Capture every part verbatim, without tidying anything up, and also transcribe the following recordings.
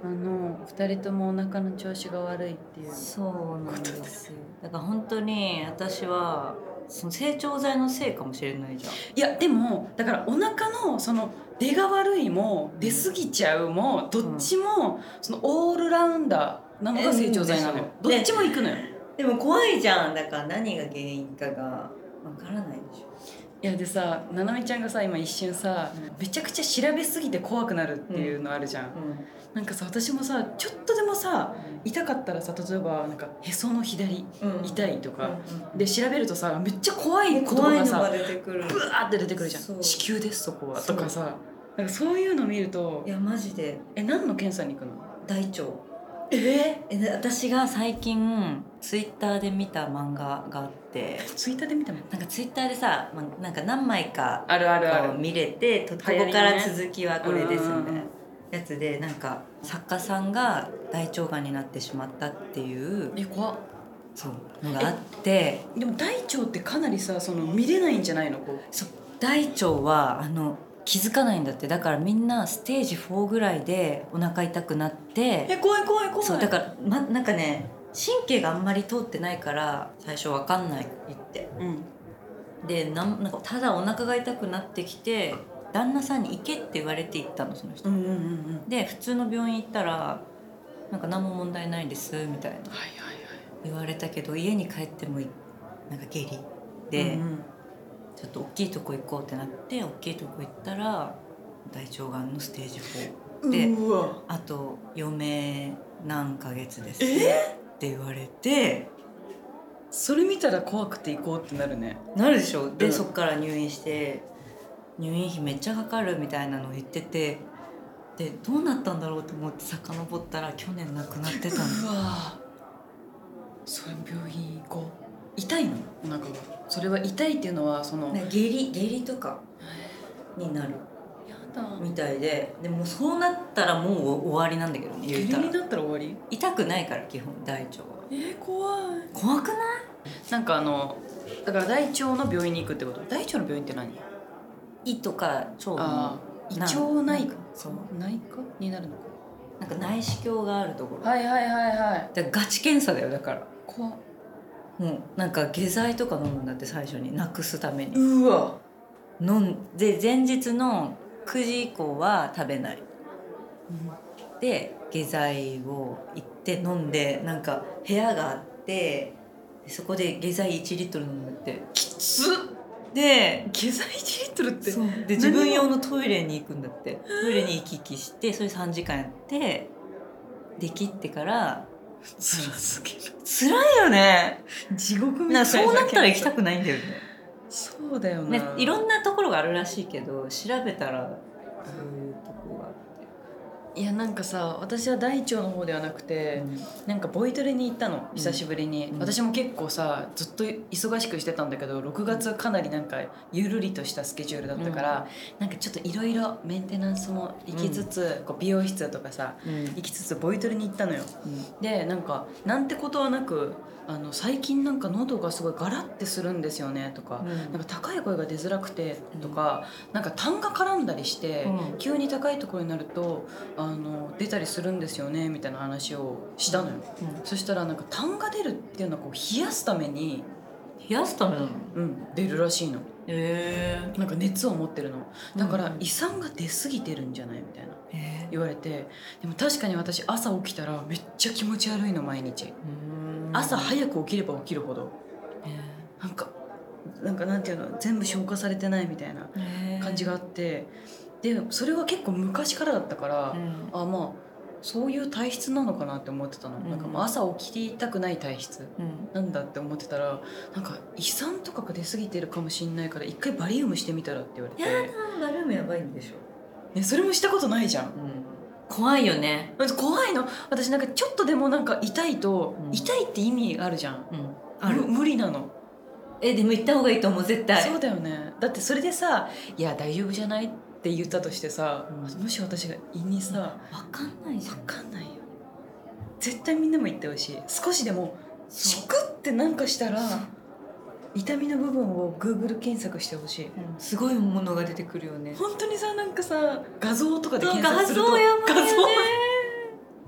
のふたりともお腹の調子が悪いっていう。 そうなんですよ。だから本当に私はその成長剤のせいかもしれないじゃん。 いやでもだからお腹のその出が悪いも出過ぎちゃうもどっちもそのオールラウンダーなのが成長剤なのよ。どっちもいくのよ。 でも怖いじゃん。だから何が原因かがわからないでしょ。 いやでさ、ななみちゃんがさ今一瞬さ、うん、めちゃくちゃ調べすぎて怖くなるっていうのあるじゃん、うんうん、なんかさ私もさちょっとでもさ痛かったらさ、例えばなんかへその左、うん、痛いとか、うん、で調べるとさめっちゃ怖い言葉がさ出てくる、 ブワーって出てくるじゃん。子宮ですそこはとかさ、なんかそういうの見ると、 いやマジでえ何の検査に行くの？ 大腸。 えー、 え私が最近ツイッターで見た漫画があって、 ツイッターで見た漫画、 なんかツイッターでさ、まあ、なんか何枚かあるあるある見れて、ここから続きはこれですみたいなやつで、なんか作家さんが大腸がんになってしまったっていうえ怖っそうのがあって、 でも大腸ってかなりさその見れないんじゃないの？こうそう大腸はあの気づかないんだって。だからみんなステージフォーぐらいでお腹痛くなって、 え怖い怖い怖い。 そうだから、ま、なんかね神経があんまり通ってないから最初わかんないって、うん、でな ん, なんかただお腹が痛くなってきて旦那さんに行けって言われて行ったのその人、うんうんうんうん、で普通の病院行ったらなんか何も問題ないですみたいな言われたけど、家に帰ってもなんか下痢で、うんうん、ちょっと大きいとこ行こうってなって大きいとこ行ったら大腸がんのステージフォーで、うわあと余命何ヶ月ですって言われて、 それ見たら怖くて行こうってなるね。 なるでしょ。で、うん、そっから入院して入院費めっちゃかかるみたいなのを言ってて、でどうなったんだろうと思って遡ったら去年亡くなってたの。 うわそれ病院行こう。痛いのお腹が？それは痛いっていうのはその下痢下痢とかになるみたいで、でもそうなったらもう終わりなんだけどね。 下痢になったら終わり？ 痛くないから基本大腸は。 えー、怖い。 怖くない？ なんかあのだから大腸の病院に行くってこと？大腸の病院って何？ 胃とか腸の胃腸内科？そう内科になるのか。 なんか内視鏡があるところ。 はいはいはいはい。 だからガチ検査だよ。だから怖っ。 もうなんか下剤とか飲むんだって最初になくすために。 うわ飲んで前日のくじ以降は食べない、うん、で下剤を行って飲んで、なんか部屋があってそこで下剤いちリットル飲むって。 きつっ。 で下剤いちリットルってそうで自分用のトイレに行くんだって。トイレに行き来してそれさんじかんやってできってから辛すぎる。 辛いよね。 地獄みたいな。 そうなったら行きたくないんだよね。 そうだよね。 いろんなところがあるらしいけど調べたらそういうところがあって。 いやなんかさ私は大腸の方ではなくて、うん、なんかボイトレに行ったの久しぶりに、うん、私も結構さずっと忙しくしてたんだけどろくがつかなりなんかゆるりとしたスケジュールだったから、うん、なんかちょっといろいろメンテナンスも行きつつ、うん、こう美容室とかさ、うん、行きつつボイトレに行ったのよ、うん、でなんかなんてことはなくあの最近なんか喉がすごいガラッてするんですよねとか、うん、なんか高い声が出づらくてとか、うん、なんか痰が絡んだりして、うん、急に高いところになるとあの出たりするんですよねみたいな話をしたのよ、うん、そしたらなんか痰が出るっていうのはこう冷やすために冷やすためなの？ うん出るらしいの。 へえー、 なんか熱を持ってるのだから胃酸が出過ぎてるんじゃないみたいな言われて、でも確かに私朝起きたらめっちゃ気持ち悪いの毎日。朝早く起きれば起きるほど、えー、なんかなんかなんていうの全部消化されてないみたいな感じがあって、でそれは結構昔からだったから、うん、あまあそういう体質なのかなって思ってたの、うん、なんかもう朝起きたくない体質なんだって思ってたら、なんか胃酸とかが出過ぎてるかもしれないから一回バリウムしてみたらって言われて。 やだバリウムやばいんでしょ、 ね、それもしたことないじゃん、うん怖いよね。 怖いの。私なんかちょっとでもなんか痛いと、うん、痛いって意味あるじゃん、うん、ある無理なの。 えでも行った方がいいと思う絶対。 そうだよね。だってそれでさいや大丈夫じゃないって言ったとしてさ、うん、もし私が胃にさ、 分かんないじゃん。 分かんないよ。絶対みんなも言ってほしい。少しでもチクってなんかしたら痛みの部分を Google 検索してほしい、うん、 すごいものが出てくるよね。 本当にさなんかさ画像とかで検索すると画像やばいよね。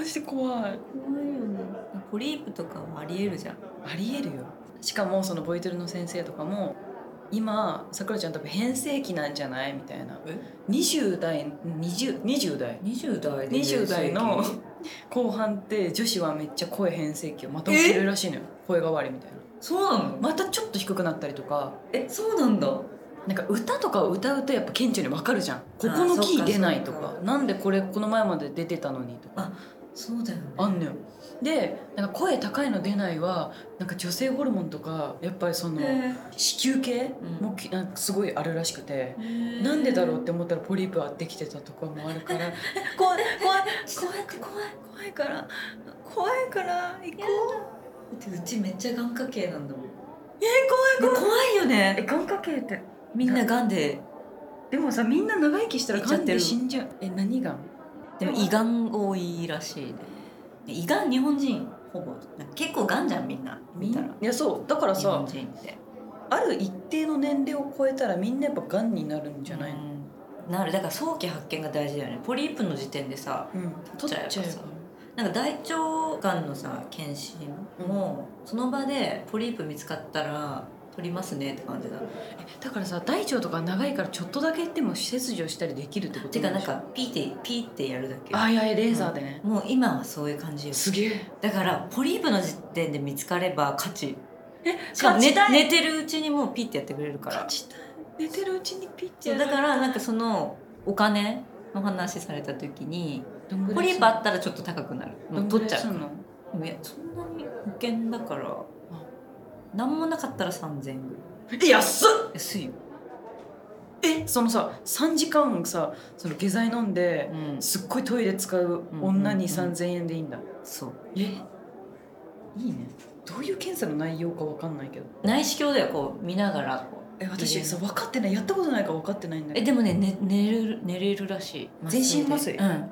マジで怖い。 怖いよね。ポリープとかはありえるじゃん。 ありえるよ。しかもそのボイトレの先生とかも今さくらちゃん多分変声期なんじゃないみたいな。にじゅう代にじゅう、にじゅう代にじゅう代でにじゅう代の後半って女子はめっちゃ声変声期をまた起きるらしいのよ。声変わりみたいな。 そうなの？ またちょっと低くなったりとか。 え、そうなんだ。 なんか歌とかを歌うとやっぱ顕著に分かるじゃん。ここのキー出ないとか、なんでこれこの前まで出てたのにとか。 あ、そうだよね。 あんのよ。でなんか声高いの出ないはなんか女性ホルモンとかやっぱりその子宮系もきなんかすごいあるらしくて、なんでだろうって思ったらポリープはできてたとかもあるから怖い怖い怖い怖い怖いから怖いから行こう。だってうちめっちゃ眼科系なんだもん。 えー、怖い怖い怖いよね。 え眼科系ってみんながんで。 でもさみんな長生きしたらがんで死んじゃう。え何がん？ でも胃がん多いらしいね。胃がん日本人ほぼ結構がんじゃんみんな見たら。 いやそうだからさ、 日本人ってある一定の年齢を超えたらみんなやっぱがんになるんじゃないの？ なる。だから早期発見が大事だよね。ポリープの時点でさ、うん、取っちゃえばさ、なんか大腸がんのさ検診も、うん、その場でポリープ見つかったら取りますねって感じだ。 だからさ大腸とか長いからちょっとだけ言っても切除したりできるってこと？ てかなんかピーってピーってやるだけ。 あいやレーザーでね、 うん、もう今はそういう感じよ。 すげえ。 だからポリープの時点で見つかれば勝ち。 えしかも 寝, 寝てるうちにもうピーってやってくれるから。 勝ちたい。寝てるうちにピッてやる。だからなんかそのお金の話された時にポリープあったらちょっと高くなる。もう取っちゃうの。でもいやそんなに保険だから何もなかったらさんぜんえんぐらい。 え安っ。 安いよ。 えそのささんじかんさその下剤飲んで、うん、すっごいトイレ使う女にさんぜんえんでいいんだ、うんうんうん、 そう。 えいいね。どういう検査の内容か分かんないけど。 内視鏡だよ。こう見ながらこうえ私そう分かってない。やったことないから分かってないんだけど。 えでもねね寝れる寝れるらしい。 全身麻酔。うん。あ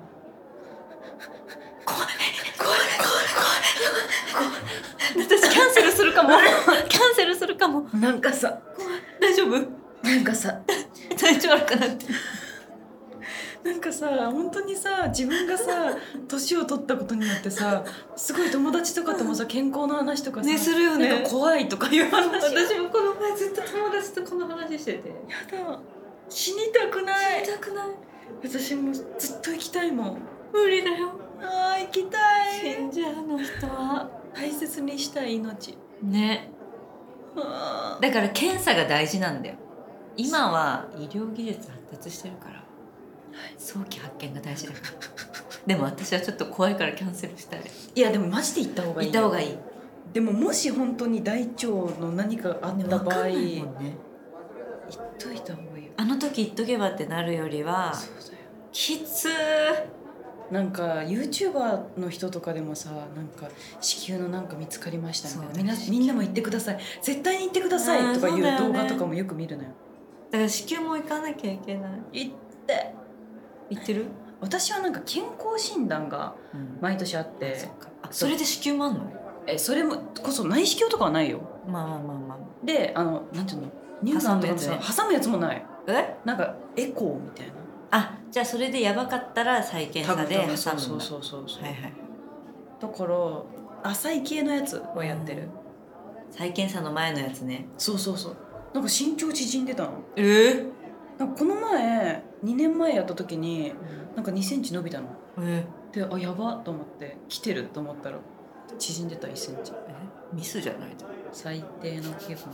怖い怖い怖い怖い。 私キャンセルするかも。キャンセルするかも。 なんかさ大丈夫？ なんかさ体調悪くなってる。 なんかさ本当にさ自分がさ年を取ったことによってさすごい友達とかともさ健康の話とかさ、 ね、するよね。 なんか怖いとかいう話。 私もこの前ずっと友達とこの話してて。 やだ死にたくない。 死にたくない。 私もずっと生きたいもん。 無理だよ。 あー生きたい。 死んじゃうの人は大切にしたい命ね。だから検査が大事なんだよ。今は医療技術発達してるから、はい、早期発見が大事だからでも私はちょっと怖いからキャンセルしたい。 いやでもマジで行った方がいい。 行った方がいい。 でももし本当に大腸の何かあった場合、ね、 ね、 行っといた方がいいよ。 あの時言っとけばってなるよりはそうだよ。 きつー。 なんか YouTuber の人とかでもさなんか子宮のなんか見つかりましたみたいな、みんなみんなも言ってください絶対に言ってくださいとかいう動画とかもよく見るのよ。 だから子宮も行かなきゃいけない。 行って行ってる？ 私はなんか健康診断が毎年あって、うん、 そ, あそれで子宮もあんの？ えそれもこそ内視鏡とかはないよ。 まあまあまあまあ。 であのなんていうの乳がんとかさ挟むやつもない。 えなんかエコーみたいな。 あじゃあそれでやばかったら再検査で挟むんだ。 そうそうそうそうそう、 はいはい、だから浅い系のやつをやってる、うん、 再検査の前のやつね。 そうそうそう。なんか身長縮んでたの。 えー、 なんかこの前にねんまえやった時になんかにセンチ伸びたの、 えー、 であやばと思って来てると思ったら縮んでたいっセンチ。 えミスじゃないと最低の気分。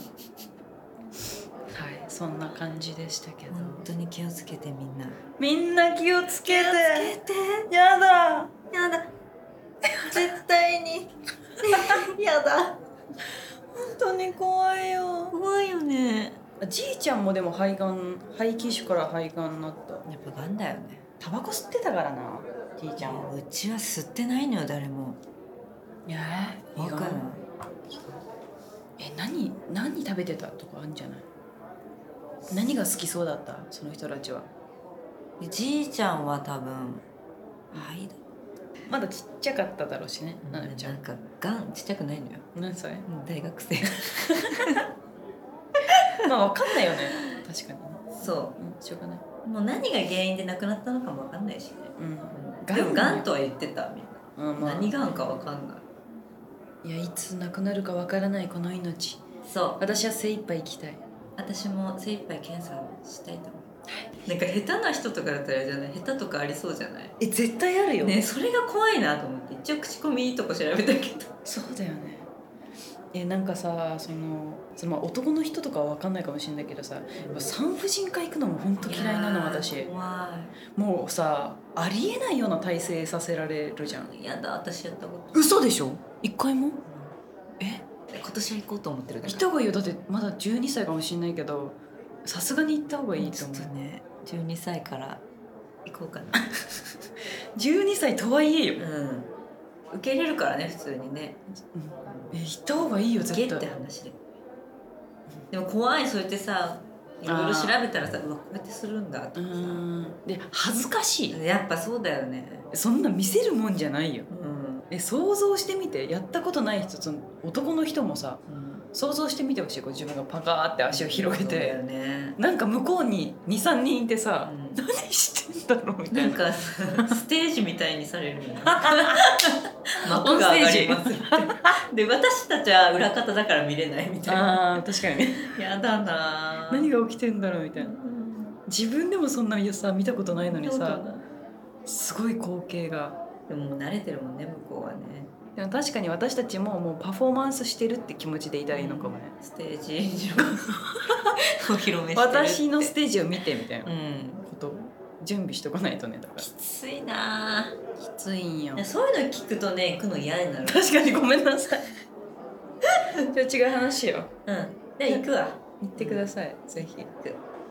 はいそんな感じでしたけど。 本当に気をつけてみんな。 みんな気をつけて。 気をつけて。 やだやだ絶対にやだ本当に怖いよ。 怖いよね。 じいちゃんもでも肺がん肺気腫から肺がんになった。 やっぱがんだよね。 タバコ吸ってたからなじいちゃんは。 うちは吸ってないのよ誰も。 いや分かる。 え何何食べてたとかあるんじゃない？何が好きそうだったその人たちは。 じいちゃんは多分はいだまだちっちゃかっただろうしね。 うん、なんかがんちっちゃくないのよ。 何それ？ 大学生まあ分かんないよね確かに。 そう、 うん、しょうがない。 もう何が原因で亡くなったのかも分かんないしね、 うん、 でもがんとは言ってたみんな。 うん、まあ、 何があんか分かんない。 いやいつ亡くなるか分からないこの命。 そう私は精一杯生きたい。 私も精一杯検査したいと思う。なんか下手な人とかだったらあれじゃない、下手とかありそうじゃない。 え絶対あるよね、それが怖いなと思って一応口コミいいとこ調べたけど。 そうだよね。えなんかさそのそのまあ男の人とかは分かんないかもしれないけどさ、うん、産婦人科行くのも本当嫌いなの私。 怖い。 もうさありえないような体勢させられるじゃん。 やだ私やったこと。 嘘でしょ。一回も、うん、え今年は行こうと思ってるから。 行った方がいいよ。だってまだじゅうにさいかもしれないけどさすがに行った方がいいと思う。 ちょっとねじゅうにさいから行こうかな。 じゅうにさいとはいえよ、 うん、受け入れるからね普通にね、 うん、え行った方がいいよ絶対。 ゲって話で。でも怖い。そうやってさいろいろ調べたらさうわこうやってするんだとかさ。うんで恥ずかしい。 やっぱそうだよね。 そんな見せるもんじゃないよ、 うん、 え想像してみて。やったことない人、その男の人もさ、うん、想像してみてほしい。こう自分がパカーって足を広げて、うんね、なんか向こうに にさんにんいてさ、うん、何してんだろうみたいな。 なんかステージみたいにされるよね。幕が上がりますで私たちは裏方だから見れないみたいな。 あ確かにやだな。 何が起きてんだろうみたいな、うん、自分でもそんなにさ見たことないのにさすごい光景が。 でももう慣れてるもんね向こうはね。 でも確かに私たちももうパフォーマンスしてるって気持ちでいたらいいのかもね、 うん、ステージ上お披露目してるって私のステージを見てみたいなこと、 うん、準備しとかないとね。だからきついな。 きついんよ。 そういうの聞くとね行くの嫌になる。 確かにごめんなさいじゃあ違う話よ。 うんじゃあ行くわ。 行ってください、うん、ぜひ行く。